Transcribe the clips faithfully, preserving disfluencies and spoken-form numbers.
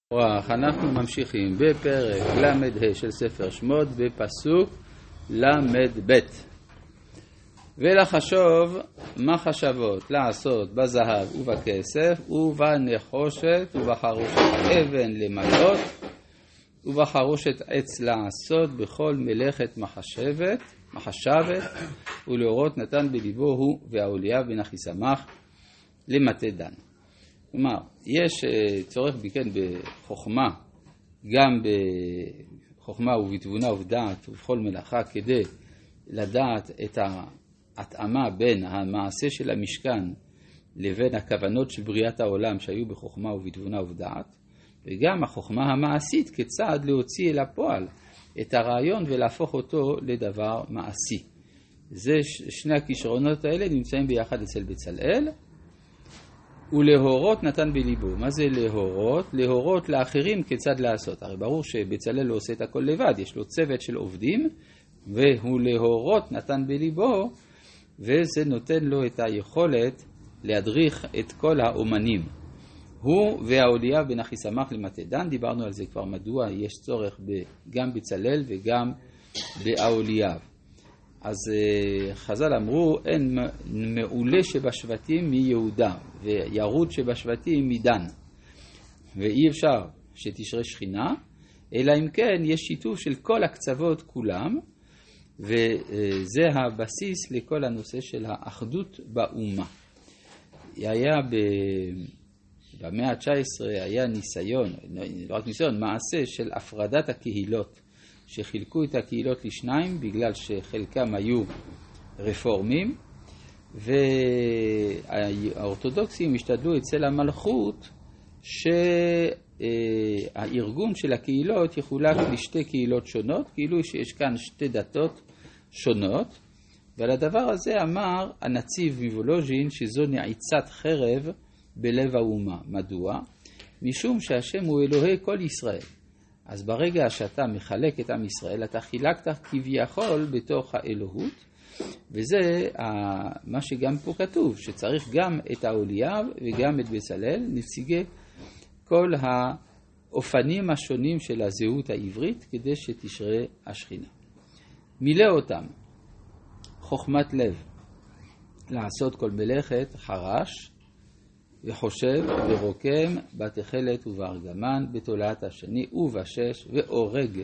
אנחנו ממשיכים בפרק למד של ספר שמות בפסוק למד ב' ולחשוב מה חשבות לעשות בזהב ובכסף ובנחושת ובחרושת אבן למלות ובחרושת עץ לעשות בכל מלאכת מחשבת מחשבת ולאורות נתן בליבו הוא והאוליה בן אחיסמך למטה דן. כלומר, יש צורך בכן בחוכמה, גם בחוכמה ובתבונה ובדעת ובכל מלאכה, כדי לדעת את ההתאמה בין המעשה של המשכן לבין הכוונות של בריאת העולם שהיו בחוכמה ובתבונה ובדעת, וגם החוכמה המעשית כיצד להוציא אל הפועל את הרעיון ולהפוך אותו לדבר מעשי. זה שני הכישרונות האלה נמצאים ביחד אצל בצלאל. ולהורות נתן בליבו. מה זה להורות? להורות לאחרים כיצד לעשות. הרי ברור שבצלאל לא עושה את הכל לבד, יש לו צוות של עובדים, והוא להורות נתן בליבו, וזה נותן לו את היכולת להדריך את כל האומנים. הוא והאוליה בן אחיסמך למטה דן, דיברנו על זה כבר מדוע יש צורך גם בצלאל וגם באוליה. אז חז"ל אמרו, אין מעולה שבשבטים מיהודה וירוד שבשבטים מדן, ואי אפשר שתשרה שכינה, אלא אם כן יש שיתוף של כל הקצוות כולם, וזה הבסיס לכל הנושא של האחדות באומה. היה במאה ה-תשע עשרה היה ניסיון, לא רק ניסיון, מעשה של הפרדת הקהילות, שחילקו את הקהילות לשניים בגלל שחלקם היו רפורמים, והאורתודוקסים השתדלו אצל המלכות שהארגון של הקהילות יחולק לשתי קהילות שונות, כאילו שיש כאן שתי דתות שונות, ועל הדבר הזה אמר הנציב מוולוז'ין שזו נעיצת חרב בלב האומה. מדוע? משום שהשם הוא אלוהי כל ישראל. אז ברגע שאתה מחלק את עם ישראל, אתה חילקת כביכול בתוך האלוהות, וזה מה שגם פה כתוב, שצריך גם את האוליאב וגם את בצלאל, נציגי כל האופנים השונים של הזהות העברית, כדי שתשרה השכינה. מילא אותם, חוכמת לב, לעשות כל מלאכת חרש, וחושב ורוקם בתחלת ובארגמן בתולעת השני ובשש ואורג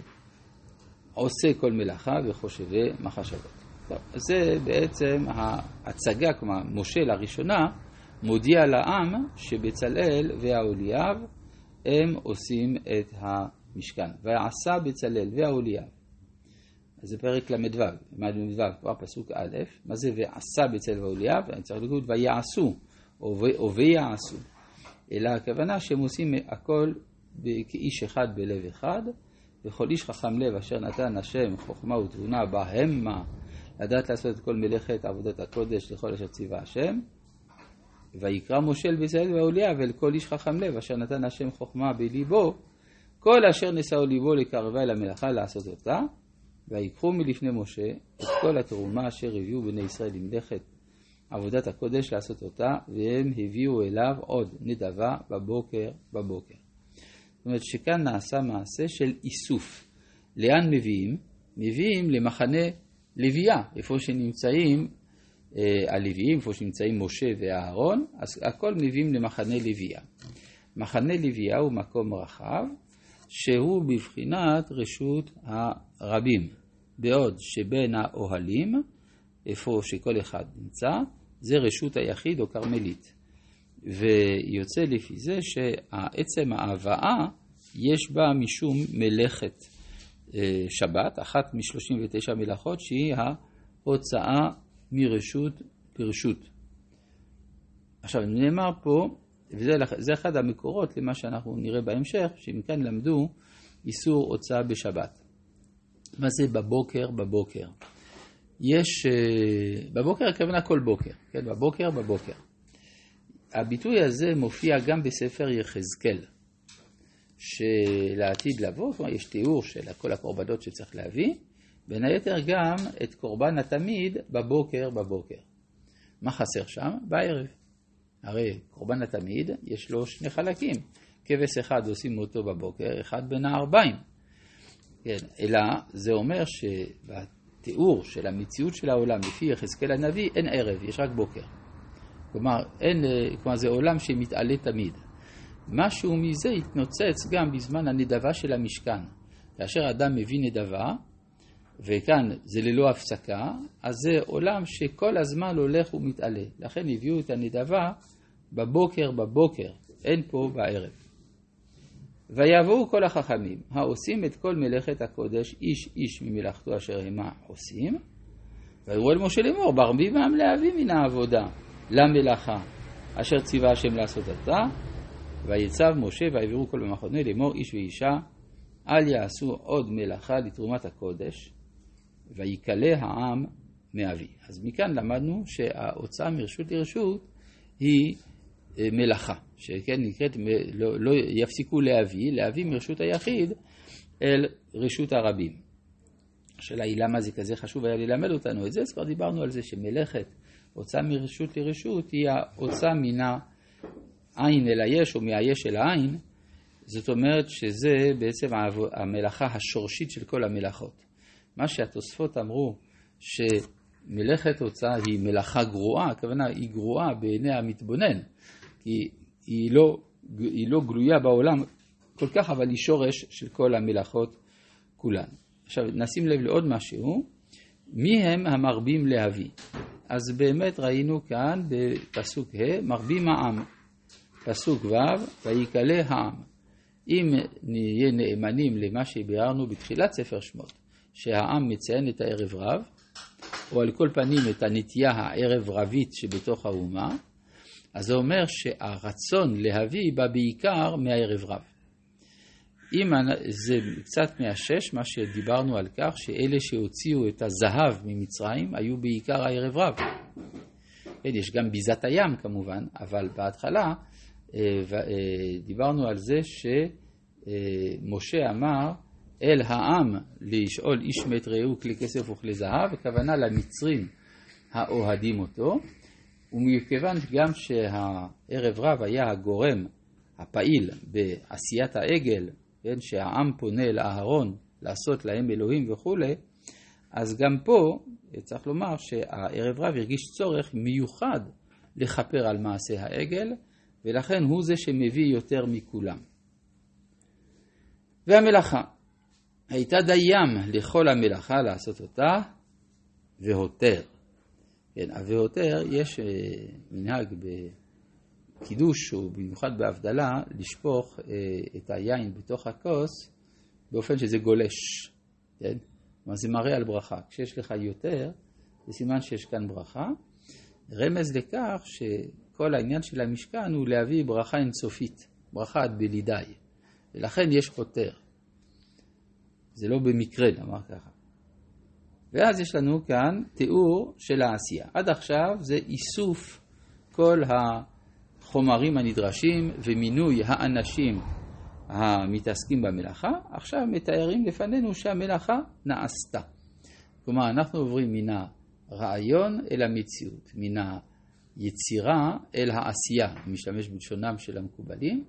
עושה כל מלאכה וחושבי מחשבות. טוב, זה בעצם ההצגה, כמו משה לראשונה מודיע לעם שבצלאל והאוליאב הם עושים את המשכן. ועשה בצלאל והאוליאב. אז זה פרק למדו, למדו כבר פסוק א', מה זה ועשה בצלאל והאוליאב? אני צריך להגיד ויעשו. או ויעשו, אלא הכוונה שהם עושים הכל כאיש אחד בלב אחד, וכל איש חכם לב אשר נתן השם חוכמה ותבונה בהמה, לדעת לעשות את כל מלאכת עבודת הקודש לכל אשר ציווה השם, ויקרא משה אל בצלאל והאוליאב אל כל איש חכם לב אשר נתן השם חוכמה בליבו, כל אשר נשאו ליבו לקרבה אל המלאכה לעשות אותה, ויקחו מלפני משה את כל התרומה אשר הביאו בני ישראל למלאכת עבודת הקודש לעשות אותה, והם הביאו אליו עוד נדבה בבוקר בבוקר. זאת אומרת שכאן נעשה מעשה של איסוף. לאן מביאים? מביאים למחנה לוויה, איפה שנמצאים אה, הלוויים, איפה שנמצאים משה ואהרון, אז הכל מביאים למחנה לוויה. מחנה לוויה הוא מקום רחב, שהוא בבחינת רשות הרבים, בעוד שבין האוהלים, איפה שכל אחד נמצא, זה רשות היחיד או קרמלית. ויוצא לפי זה שעצם ההבאה יש בה משום מלאכת שבת, אחת מ-שלושים ותשע מלאכות, שהיא ההוצאה מרשות ברשות. עכשיו נאמר פה, וזה אחד המקורות למה שאנחנו נראה בהמשך, שמכאן למדו איסור הוצאה בשבת. מה זה בבוקר בבוקר? יש, בבוקר הכוונה כל בוקר, כן? בבוקר בבוקר. הביטוי הזה מופיע גם בספר יחזקאל, שלעתיד לבוא, כלומר יש תיאור של כל הקורבנות שצריך להביא, בין היתר גם את קורבן התמיד בבוקר בבוקר. מה חסר שם? בערב. הרי קורבן התמיד יש לו שני חלקים. כבש אחד עושים אותו בבוקר, אחד בין הערביים. כן, אלא זה אומר שבתיאור של המציאות של העולם לפי יחזקאל הנביא אין ערב, יש רק בוקר. כלומר, אין, כלומר זה עולם שמתעלה תמיד. משהו מזה יתנוצץ גם בזמן הנדבה של המשכן. כאשר אדם מביא נדבה, וכאן זה ללא הפסקה, אז זה עולם שכל הזמן הולך ומתעלה. לכן הביאו את הנדבה בבוקר בבוקר, אין פה בערב. ויבואו כל החכמים, העושים את כל מלאכת הקודש, איש איש ממלאכתו אשר המה עושים, ויראו אל משה לאמור, ברבים העם להביא מן העבודה למלאכה, אשר ציווה השם לעשות עתה, ויצב משה ויעבירו כל במחנה לאמור, איש ואישה, אל יעשו עוד מלאכה לתרומת הקודש, ויקלה העם מאבי. אז מכאן למדנו שההוצאה מרשות לרשות היא מלאכה, שכן נקראת, לא, לא יפסיקו להביא, להביא מרשות היחיד אל רשות הרבים. השאלה היא למה זה כזה חשוב היה ללמד אותנו את זה, אז כבר דיברנו על זה שמלאכת הוצאה מרשות לרשות היא ההוצאה מן העין אל היש או מהיש אל העין, זאת אומרת שזה בעצם המלאכה השורשית של כל המלאכות. מה שהתוספות אמרו שמלאכת הוצאה היא מלאכה גרועה, הכוונה היא גרועה בעיני המתבונן, כי היא לא, היא לא גלויה בעולם כל כך, אבל היא שורש של כל המלאכות כולן. עכשיו נשים לב לעוד משהו, מי הם המרבים להביא? אז באמת ראינו כאן בפסוק ה' מרבים העם, פסוק ו' ויקלה העם. אם נהיה נאמנים למה שביארנו בתחילת ספר שמות, שהעם מציין את הערב רב, או על כל פנים את הנטייה הערב רבית שבתוך האומה, אז זה אומר שהרצון להביא בא בעיקר מהערב רב. אם זה קצת מהשש, מה שדיברנו על כך, שאלה שהוציאו את הזהב ממצרים היו בעיקר הערב רב. יש גם ביזת הים כמובן, אבל בהתחלה דיברנו על זה שמשה אמר אל העם לשאול איש מת רעהו כלי כסף וכלי זהב, הכוונה למצרים האוהדים אותו, ומכיוון גם שהערב רב היה הגורם הפעיל בעשיית העגל, כן, שהעם פונה לאהרון לעשות להם אלוהים וכו', אז גם פה צריך לומר שהערב רב הרגיש צורך מיוחד לכפר על מעשה העגל, ולכן הוא זה שמביא יותר מכולם. והמלאכה, הייתה דיים לכל המלאכה לעשות אותה, והותר. כן, והותר יש מנהג בקידוש, ובמיוחד בהבדלה, לשפוך את היין בתוך הכוס, באופן שזה גולש. כן? אבל זה מראה על ברכה. כשיש לך יותר, זה סימן שיש כאן ברכה. רמז לכך שכל העניין של המשכן הוא להביא ברכה אינסופית, ברכה עד בלידי. ולכן יש חותר. זה לא במקרה, נאמר ככה. ואז יש לנו כאן תיאור של העשייה. עד עכשיו זה איסוף כל החומרים הנדרשים ומינוי האנשים המתעסקים במלאכה. עכשיו מתארים לפנינו שהמלאכה נעשתה. כלומר, אנחנו עוברים מן הרעיון אל המציאות, מן היצירה אל העשייה, משתמש בלשונם של המקובלים.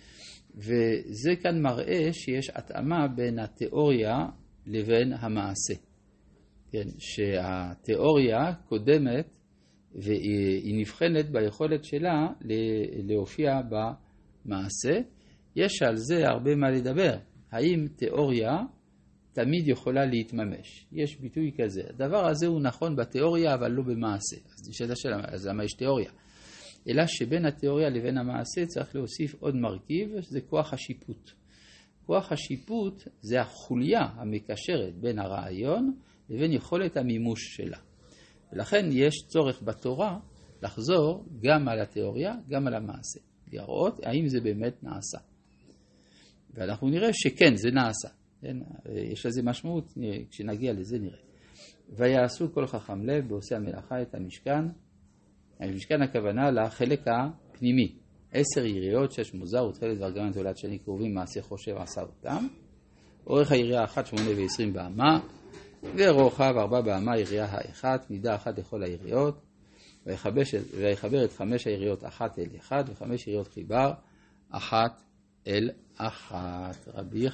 וזה כאן מראה שיש התאמה בין התיאוריה לבין המעשה. כן, שהתיאוריה קודמת והיא נבחנת ביכולת שלה להופיע במעשה. יש על זה הרבה מה לדבר. האם תיאוריה תמיד יכולה להתממש? יש ביטוי כזה. הדבר הזה הוא נכון בתיאוריה אבל לא במעשה. אז נשאלת השאלה, אז למה יש תיאוריה? אלא שבין התיאוריה לבין המעשה צריך להוסיף עוד מרכיב, שזה כוח השיפוט. כוח השיפוט זה החוליה המקשרת בין הרעיון לבין יכולת המימוש שלה. ולכן יש צורך בתורה לחזור גם על התיאוריה, גם על המעשה. לראות האם זה באמת נעשה. ואנחנו נראה שכן, זה נעשה. כן? יש לזה משמעות, כשנגיע לזה נראה. ויעשו כל חכם לב בעושה המלאכה את המשכן. המשכן הכוונה לחלק הפנימי. עשר יריעות, שש מוזר ותכלת וארגמן תולת שני קרובים מעשה חושב עשה אותם. אורך היריעה אחת שמונה ועשרים באמה. ורוחב ארבע באמה יריעה האחת, מידה אחת לכל היריעות, ויחבר את חמש היריעות אחת אל אחד, וחמש יריעות חיבר אחת אל אחת. רבי